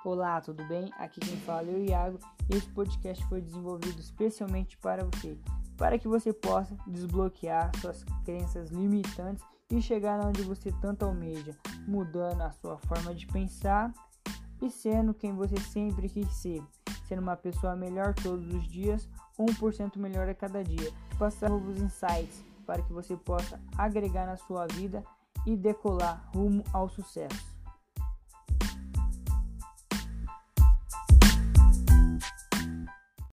Olá, tudo bem? Aqui quem fala é o Iago e esse podcast foi desenvolvido especialmente para você, para que você possa desbloquear suas crenças limitantes e chegar onde você tanto almeja, mudando a sua forma de pensar e sendo quem você sempre quis ser, sendo uma pessoa melhor todos os dias, 1% melhor a cada dia, passar novos insights para que você possa agregar na sua vida e decolar rumo ao sucesso.